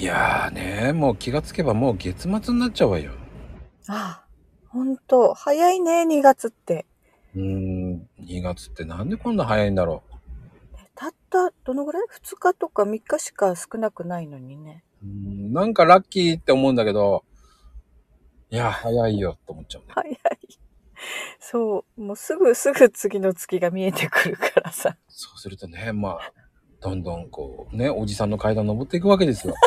いやーね、もう気がつけばもう月末になっちゃうわよ。 ああ、ほんと、早いね、2月って。 2月ってなんでこんな早いんだろたった、どのぐらい？ 2 日とか3日しか少なくないのにね。 う。なんかラッキーって思うんだけど、いや、早いよと思っちゃうんだよ。 早い。そう、もうすぐ次の月が見えてくるからさ。 そうするとね、まあ、どんどんこう、ね、おじさんの階段登っていくわけですよ。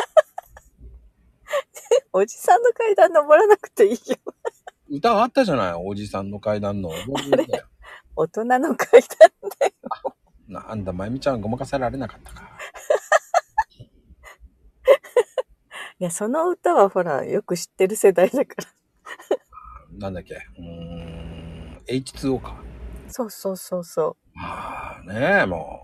おじさんの階段登らなくていいよ。 歌あったじゃない、おじさんの階段の踊る歌だよ。 大人の階段で。 なんだ、まゆみちゃんごまかされなかったか。 いや、その歌はほら、よく知ってる世代だから。 なんだっけ、H2O か。 そうそうそうそまあね、も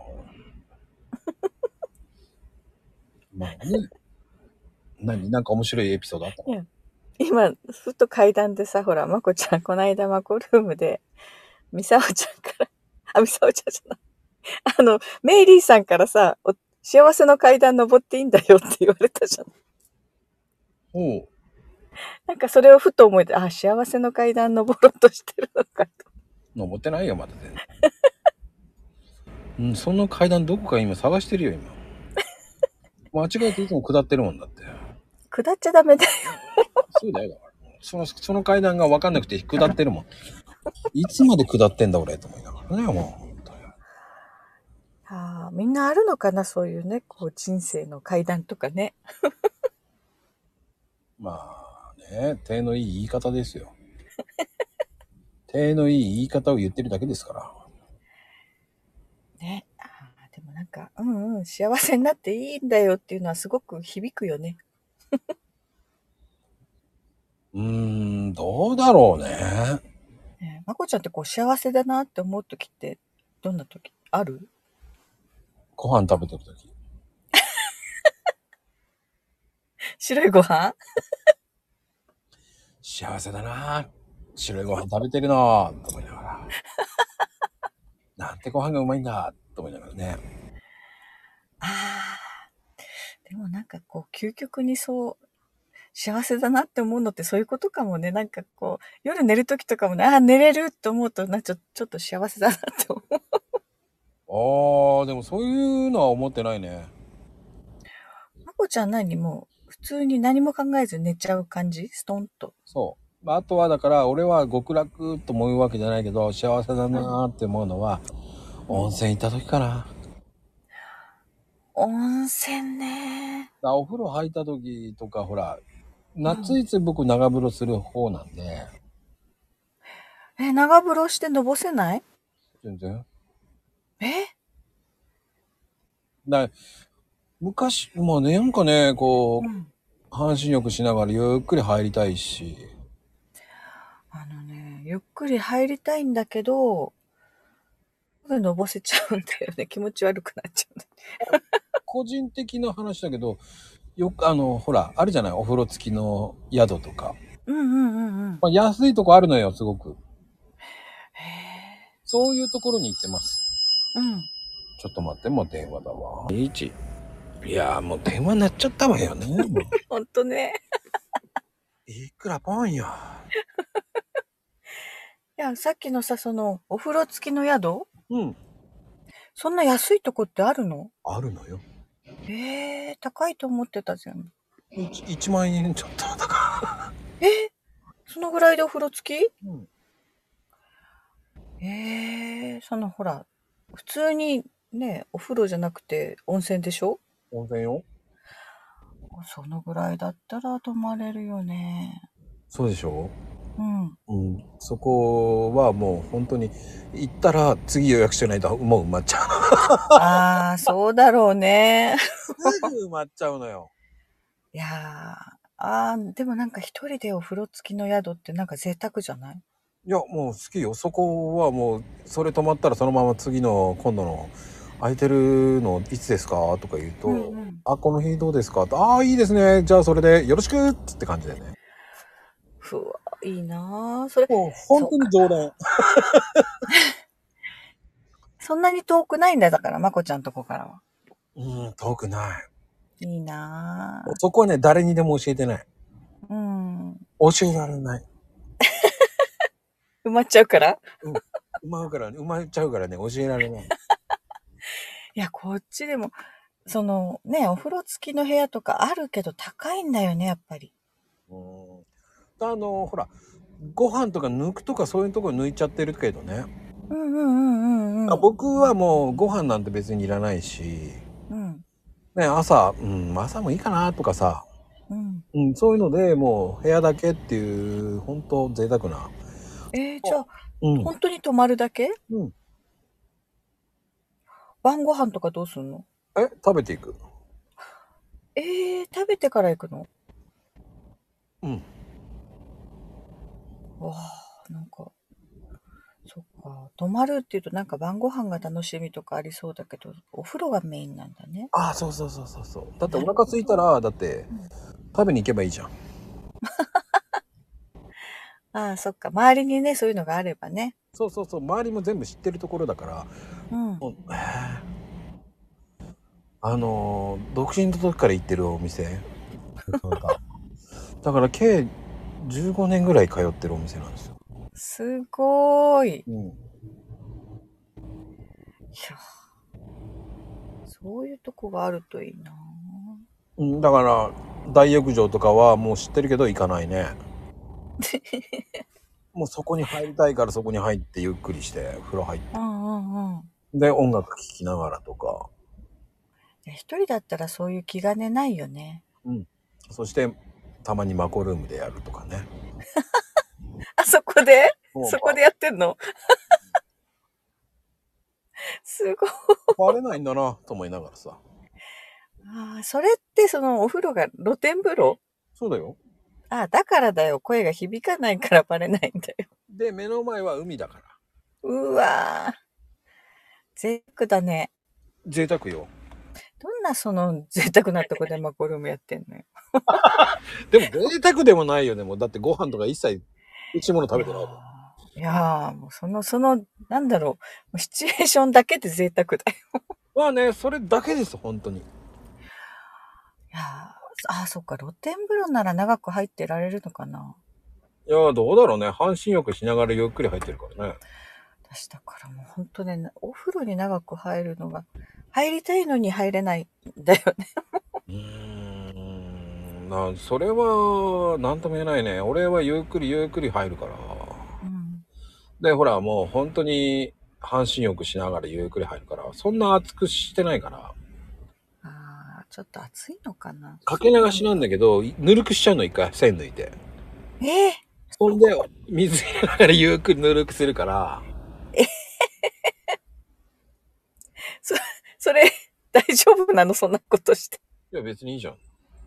う。まあね。なんか面白いエピソードあったう。いの？ や、今、ふと階段でさ、ほら、まこちゃん、こないだマコルームで、みさおちゃんから、みさおちゃんじゃない。メイリーさんからさ、幸せの階段登っていいんだよって言われたじゃん。 おう。 なんかそれをふと思えて、あ、幸せの階段登ろうとしてるのかと。 登ってないよ、まだ全然。その階段どこか今探してるよ、今。間違えていつも下ってるもんだって。 下っちゃダメだよ。 そうだよ、だから。その階段が分かんなくて下ってるもん。いつまで下ってんだ、俺、と思いながらね、もう。本当に。 ああ、みんなあるのかな、そういうね、こう人生の階段とかね。 まあね、手のいい言い方ですよ。手のいい言い方を言ってるだけですから。 ね。ああ、でもなんか、うんうん、幸せになっていいんだよっていうのはすごく響くよね。 どうだろうね。 ね、まこちゃんってこう幸せだなって思う時ってどんな時ある？ ご飯食べてる時。 白いご飯？ 幸せだな。白いご飯食べてるなと思いながら。なんてご飯がうまいんだと思いながらね。 ああ、でもなんかこう究極にそう幸せだなって思うのってそういうことかもね。なんかこう、夜寝る時とかもね、ああ、寝れると思うと、ちょっと幸せだなって思う。 ああ、でもそういうのは思ってないね。 まこちゃん何もう、普通に何も考えず寝ちゃう感じ？ストンと。 そう。まあ、あとはだから、俺は極楽と思うわけじゃないけど、幸せだうん。 なーって思うのは、 うん。 温泉行った時かな。 温泉ね。 お風呂入った時とか、ほら、 うん。 夏いつ僕長風呂する方なんで、 長風呂してのぼせない？ 全然。 えだ昔、もうね、なんかね、こうん。 う、半身浴しながらゆっくり入りたいし、 ゆっくり入りたいんだけど、すぐのぼせちゃうんだよね。気持ち悪くなっちゃうんだ。 個人的な話だけど、よくほら、あるじゃない、お風呂付きの宿とか。 うんうんうんうん。 まあ、安いとこあるのよ、すごく。 へえ。 そういうところに行ってます。 うん。 ちょっと待って、もう電話だわ。いやー、もう電話鳴っちゃったわよね。もうほんとね。 いくらポンよ。 いや、さっきのさ、その、お風呂付きの宿うん。 そんな安いとこってあるの？ あるのよ。 高いと思ってたじゃん。 1万円ちょっとだかえー、そのぐらいでお風呂付き？ ら。うん。 そのほら、普通にね、お風呂じゃなくて温泉でしょ？ 温泉よ。 そのぐらいだったら泊まれるよね。 そうでしょ？ うん。 うん。そこはもう本当に行ったら次予約しないともう埋まっちゃう。 ああ、そうだろうね。 すぐ埋まっちゃうのよ。 いやー、でもなんか一人でお風呂付きの宿ってなんか贅沢じゃない？ いや、もう好きよ。そこはもう、それ泊まったらそのまま次の、今度の、空いてるのいつですかとか言ううんと、 うん。 あ、この日どうですかああ、いいですね。じゃあそれでよろしくって感じでね。 ふわ、いいなー。それ、 もう本当にそうか。 常連。 そんなに遠くないんだ、だから、まこちゃんとこからは。 遠くない。 いいなぁ。 そこはね、誰にでも教えてない。 うん。 教えられない。 埋まっちゃうから。 うん。埋まっちゃうからね、教えられない。 いや、こっちでも、そのね、お風呂付きの部屋とかあるけど高いんだよね、やっぱり。 うん。ほら、ご飯とか抜くとかそういうとこ抜いちゃってるけどね。 うんうんうんうんうん。 僕はもうご飯なんて別にいらないし、 うん。 ね、朝もいいかなとかさ、 うん。 そういうのでもう部屋だけっていう、本当贅沢な。 じゃあ、 うん。 本当に泊まるだけ？ うん。 晩ご飯とかどうすんの？ 食べていく。 食べてから行くの？ うん。 わあ、なんか、そっか。泊まるっていうとなんか晩ご飯が楽しみとかありそうだけど、お風呂がメインなんだね。 ああ、そうそうそうそうそう。だっておなる腹ほど。 空いたら、だってうん。 食べに行けばいいじゃん。 ああ、そっか。周りにね、そういうのがあればね。 そうそうそう。周りも全部知ってるところだから、 うん。 もう独身の時から行ってるお店。なんかだから計15年ぐらい通ってるお店なんですよ。 すごーい。いうん。 や、そういうとこがあるといいな。 うん、だから大浴場とかはもう知ってるけど行かないね。もうそこに入りたいからそこに入ってゆっくりして風呂入っうて。 んうんうん。 で、音楽聴きながらとか。 いや、一人だったらそういう気兼ねないよね。 うん。そして、たまにマコルームでやるとかね。 あそこでもうそこでやってんの？すごい。 バレないんだなと思いながらさ。 ああ、それってそのお風呂が露天風呂？ そうだよ。 ああ、だからだよ。声が響かないからバレないんだよ。 で、目の前は海だから。 うわー、贅沢だね。 贅沢よ。 どんなその贅沢なとこでマコルームやってんのよ。 でも贅沢でもないよね。もうだってご飯とか一切美味しいものいや食べてないもん。 ー、いやー、もうなんだろう、もうシチュエーションだけで贅沢だよ。 まあね、それだけです、本当に。 いやー、そっか、露天風呂なら長く入ってられるのかな。 いやー、どうだろうね。半身浴しながらゆっくり入ってるからね。 私だからもう本当ね、お風呂に長く入るのが、入りたいのに入れないんだよね。 それは、なんとも言えないね。俺はゆっくりゆっくり入るから。 うん。 で、ほら、もう本当に半身浴しながらゆっくり入るから、そんな熱くしてないから。 ああ、ちょっと暑いのかな。 かけそうなんだ。 流しなんだけど、ぬるくしちゃうの一回、線抜いて。 えー、 そんで、水入れながらゆっくりぬるくするから、 そ、それ、大丈夫なの？そんなことして。 いや別にいいじゃん。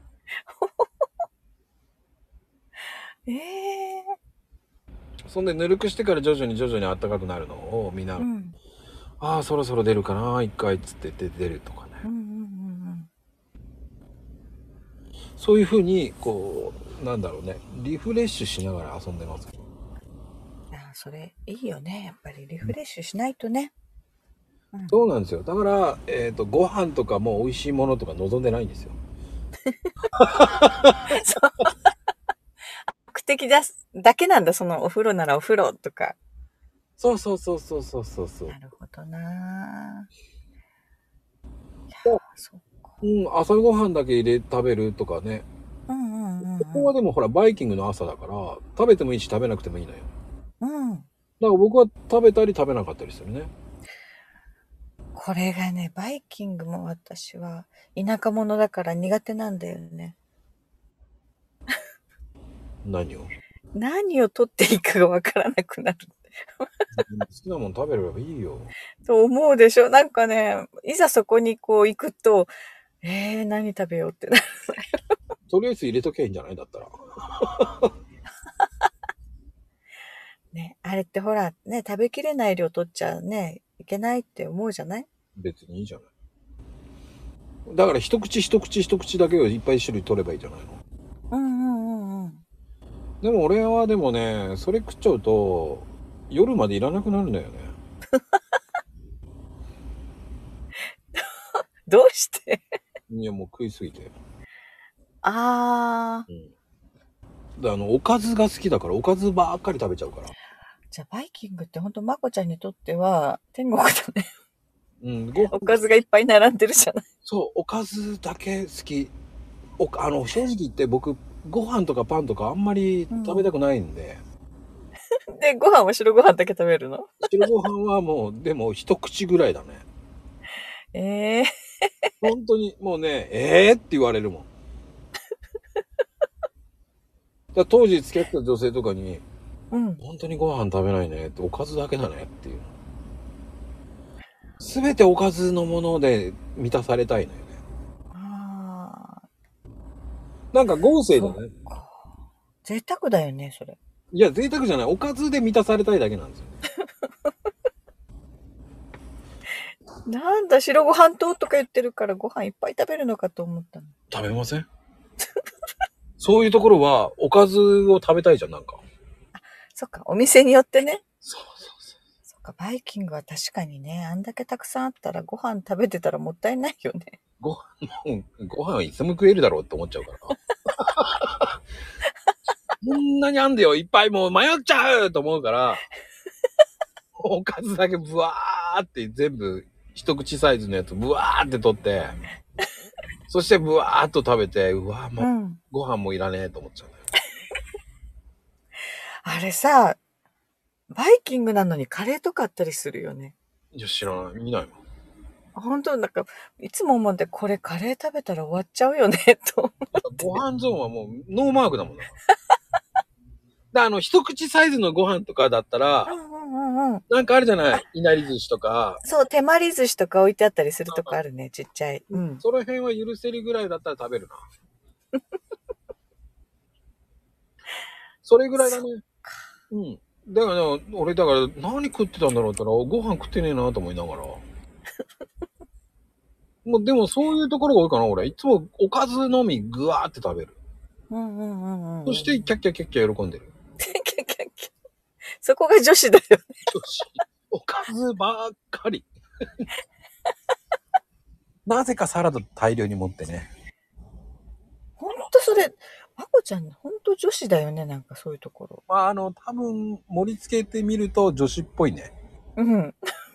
ええそんでぬるくしてから徐々に暖かくなるのを見ながら、 うん。 ああ、そろそろ出るかな、一回っつって出るとかね。 うんうんうんそういう風に、こう、なんだろうね、リフレッシュしながら遊んでます。 うん。それ、いいよね。やっぱりリフレッシュしないとね。うん。 そうなんですよ。だから、ご飯とかも美味しいものとか望んでないんですよ。 そう、目的だけなんだ。そのお風呂ならお風呂とか。 そうそうそうそうそうそうそう。 なるほどな。いやでー、そうか。 朝ごはんだけ食べるとかね。 うんうんうここんはでもほら、バイキングの朝だから、食べてもいいし食べなくてもいいのよ。 うん。うん。 だから僕は食べたり食べなかったりするね。 これがね、バイキングも私は田舎者だから苦手なんだよね。 何を。 何を取っていいかがわからなくなる。 好きなもの食べればいいよ。 と思うでしょ？なんかね、いざそこにこう行くと、何食べようってなる。 とりあえず入れときゃいいんじゃないだったら。 ね、あれってほら、ね、食べきれない量取っちゃね、いけないって思うじゃない？ 別にいいじゃない。だから一口一口一口だけをいっぱい種類取ればいいじゃないの。 うんうんうんうん。 でも俺はでもね、それ食っちゃうと、夜までいらなくなるんだよね。 どうして？ いや、もう食いすぎて。 あー。 うん。で、おかずが好きだから、おかずばっかり食べちゃうから。 じゃあバイキングってほんとまこちゃんにとっては天国だね。 うん、ご飯、 おかずがいっぱい並んでるじゃない。 そう、おかずだけ好き。正直言って僕、ご飯とかパンとかあんまり食べたくないんで、 で、ご飯は白ご飯だけ食べるの？ 白ご飯はもう、でも一口ぐらいだね。 ええー。 本当に、もうね、って言われるもん。だから当時付き合ってた女性とかに、 うん。 本当にご飯食べないねって、おかずだけだねっていう。すべておかずのもので満たされたいのよね。 ああ、 なんか豪勢だそっね。 か。贅沢だよね、それ。 いや、贅沢じゃない。おかずで満たされたいだけなんですよね。 なんだ、白ご飯党とか言ってるからご飯いっぱい食べるのかと思ったの。 食べません？そういうところは、おかずを食べたいじゃん、なんか。 そっか、お店によってね。 そうそうそそっか、バイキングは確かにね、あんだけたくさんあったらご飯食べてたらもったいないよね。 う。ご飯はいつも食えるだろうって思っちゃうから。こんなにあんだよ、いっぱいもう迷っちゃうと思うから、おかずだけブワーって全部、一口サイズのやつブワーって取って、そしてブワーっと食べて、うわーもううん。 ご飯もいらねえと思っちゃうんだよ。 あれさ、バイキングなのにカレーとかあったりするよね。 いや、知らない。見ないもん。 本当なんか、いつも思うんで、これカレー食べたら終わっちゃうよね、と。 ご飯ゾーンはもうノーマークだもんな。一口サイズのご飯とかだったら、 うんうんうんうん。 なんかあるじゃなあ、 い。いなり寿司とか。 そう、手まり寿司とか置いてあったりするとこあるね、ちっちゃい。うん。 その辺は許せるぐらいだったら食べるな。それぐらいだそね。うん。だからね、俺だから何食ってたんだろうって言ったら、ご飯食ってねえなと思いながら。もうでもそういうところが多いかな、俺。いつもおかずのみぐわーって食べる。 うんうんうんうん。 そしてキャッキャキャッキャ喜んでる。 キャキャキャキャそこが女子だよね。 よし。おかずばっかり。なぜかサラダ大量に持ってね。 ほんとそれ、まこちゃん、ほんと女子だよね、なんかそういうところ。 まあ多分盛り付けてみると女子っぽいね。 うん。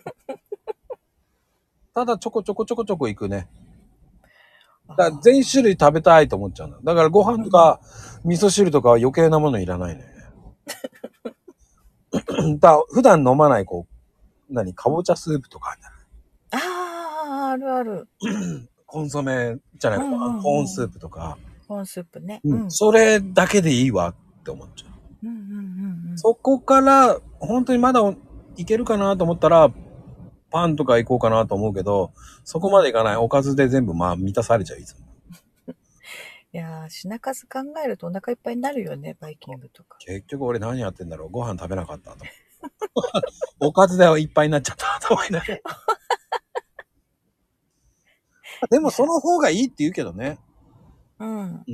ただちょこちょこちょこちょこ行くね。だからあ全種類食べたいと思っちゃうんだ。だからご飯とか味噌汁とかは余計なものいらないね。普段飲まないかぼちゃスープとかあるんじゃない？ あ、あるある。 コンソメじゃない、 うんうんコーンスーうん。 プとか。 コーンスープね。 うん。 うん。 それだけでいいわって思っちゃう。 うんうんうんうん。 そこから、本当にまだいけるかなと思ったら、パンとか行こうかなと思うけど、そこまでいかない。おかずで全部満たされちゃう、いつも。 いやー、品数考えるとお腹いっぱいになるよね、バイキングとか。 結局俺何やってんだろう。ご飯食べなかったと。おかずでいっぱいになっちゃったと思いながら。でもその方がいいって言うけどね。 うん。 うん。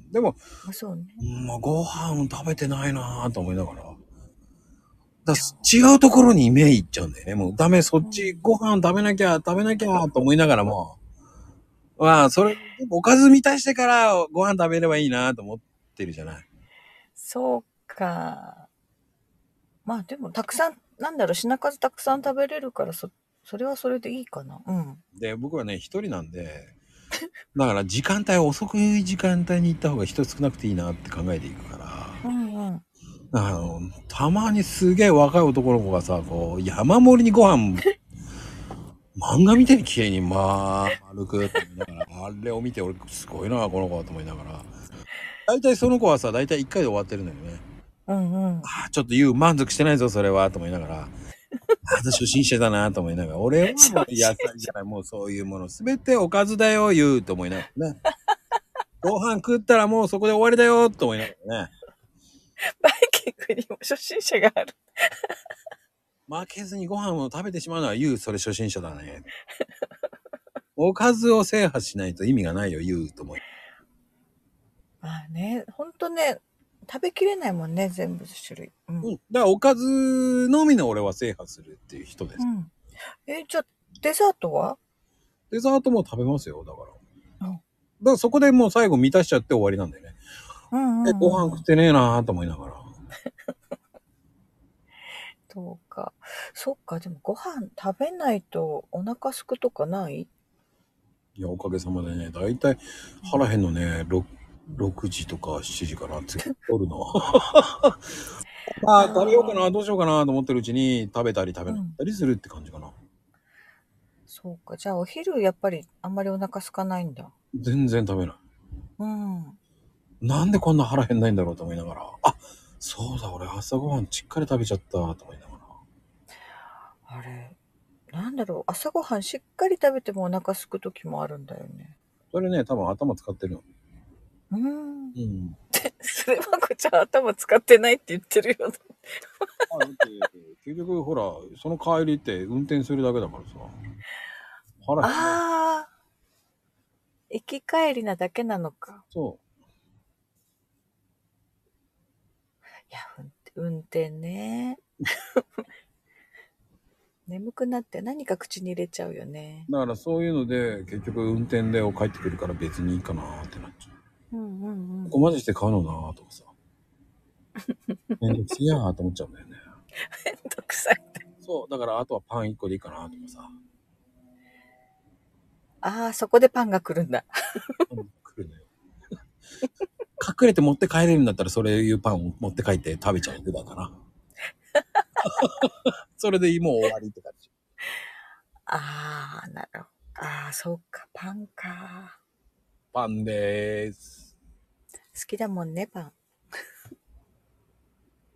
でも、 まあそうね。 まあ、ご飯食べてないなぁと思いながら。違うところに目いっちゃうんだよね。もうダメ、そっちご飯食べなきゃ、食べなきゃと思いながらも、まあ、おかず満たしてからご飯食べればいいなと思ってるじゃない。 そうか。まあでも、たくさん、なんだろう、品数たくさん食べれるから、それはそれでいいかな。うん。 で、僕はね、一人なんで、だから時間帯、遅く時間帯に行った方が人少なくていいなって考えていくから、 うんうん。 たまにすげえ若い男の子がさ、山盛りにご飯、漫画みたいに綺麗に丸くって思いながら、あれを見て俺すごいな、この子と思いながら。大体その子はさ、大体1回で終わってるのよね。 うんうん。 ちょっと満足してないぞ、それは、と思いながら。初心者だな、と思いながら。俺はもう野菜じゃない、もうそういうもの、すべておかずだよ、言う、と思いながらね。ご飯食ったらもうそこで終わりだよ、と思いながらね。 バイキングにも初心者がある。 負けずにご飯を食べてしまうのは言う、それ初心者だね。おかずを制覇しないと意味がないよ、言う、と思い。 まあね、ほんとね、食べきれないもんね、全部種類。うん。 うん。だからおかずのみの俺は制覇するっていう人です。 うん。じゃあ、デザートは？ デザートも食べますよ、だから。 からそこでもう最後満たしちゃって終わりなんだよね。ご飯食っうん。 てねえなーと思いながら。 そうか。そっか、でもご飯食べないとお腹空くとかない？ いや、おかげさまでね、だいたい腹減んのね、6時とか7時かな、次取るの。まあ、食べようかな、 ああ、 どうしようかなと思ってるうちに食べたり食べなかっうん。 たりするって感じかな。 そうか。じゃあお昼やっぱりあんまりお腹空かないんだ。 全然食べない。 うん。 なんでこんな腹減んないんだろうと思いながら。あ、そうだ、俺朝ごはんしっかり食べちゃったと思いながら。 あれ、なんだろう。朝ごはんしっかり食べてもお腹空く時もあるんだよね。 それね、多分頭使ってるの。 うーん。 うん。 それはこちゃん頭使ってないって言ってるよ。 あ、だって、結局ほら、その帰りって運転するだけだからさ。腹減んない。 ああ、行き帰りなだけなのか。 そいや、運転ね。眠くなって何か口に入れちゃうよね。 う。だからそういうので、結局運転で帰ってくるから別にいいかなってなっちゃうんうんうう。こん。 こまでして買うのなとかさ。めんどくせえやーと思っちゃうんだよね。 めんどくさい。 そう。だからあとはパン1個でいいかなとかさ。 ああ、そこでパンが来るんだ。 パン来るのよ。隠れて持って帰れるんだったらそういうパンを持って帰って食べちゃうぐらいかな。それでもう終わりって感じ。 ああ、なるほど。ああ、そうか、パンか。 パンでーす。 好きだもんね、パン。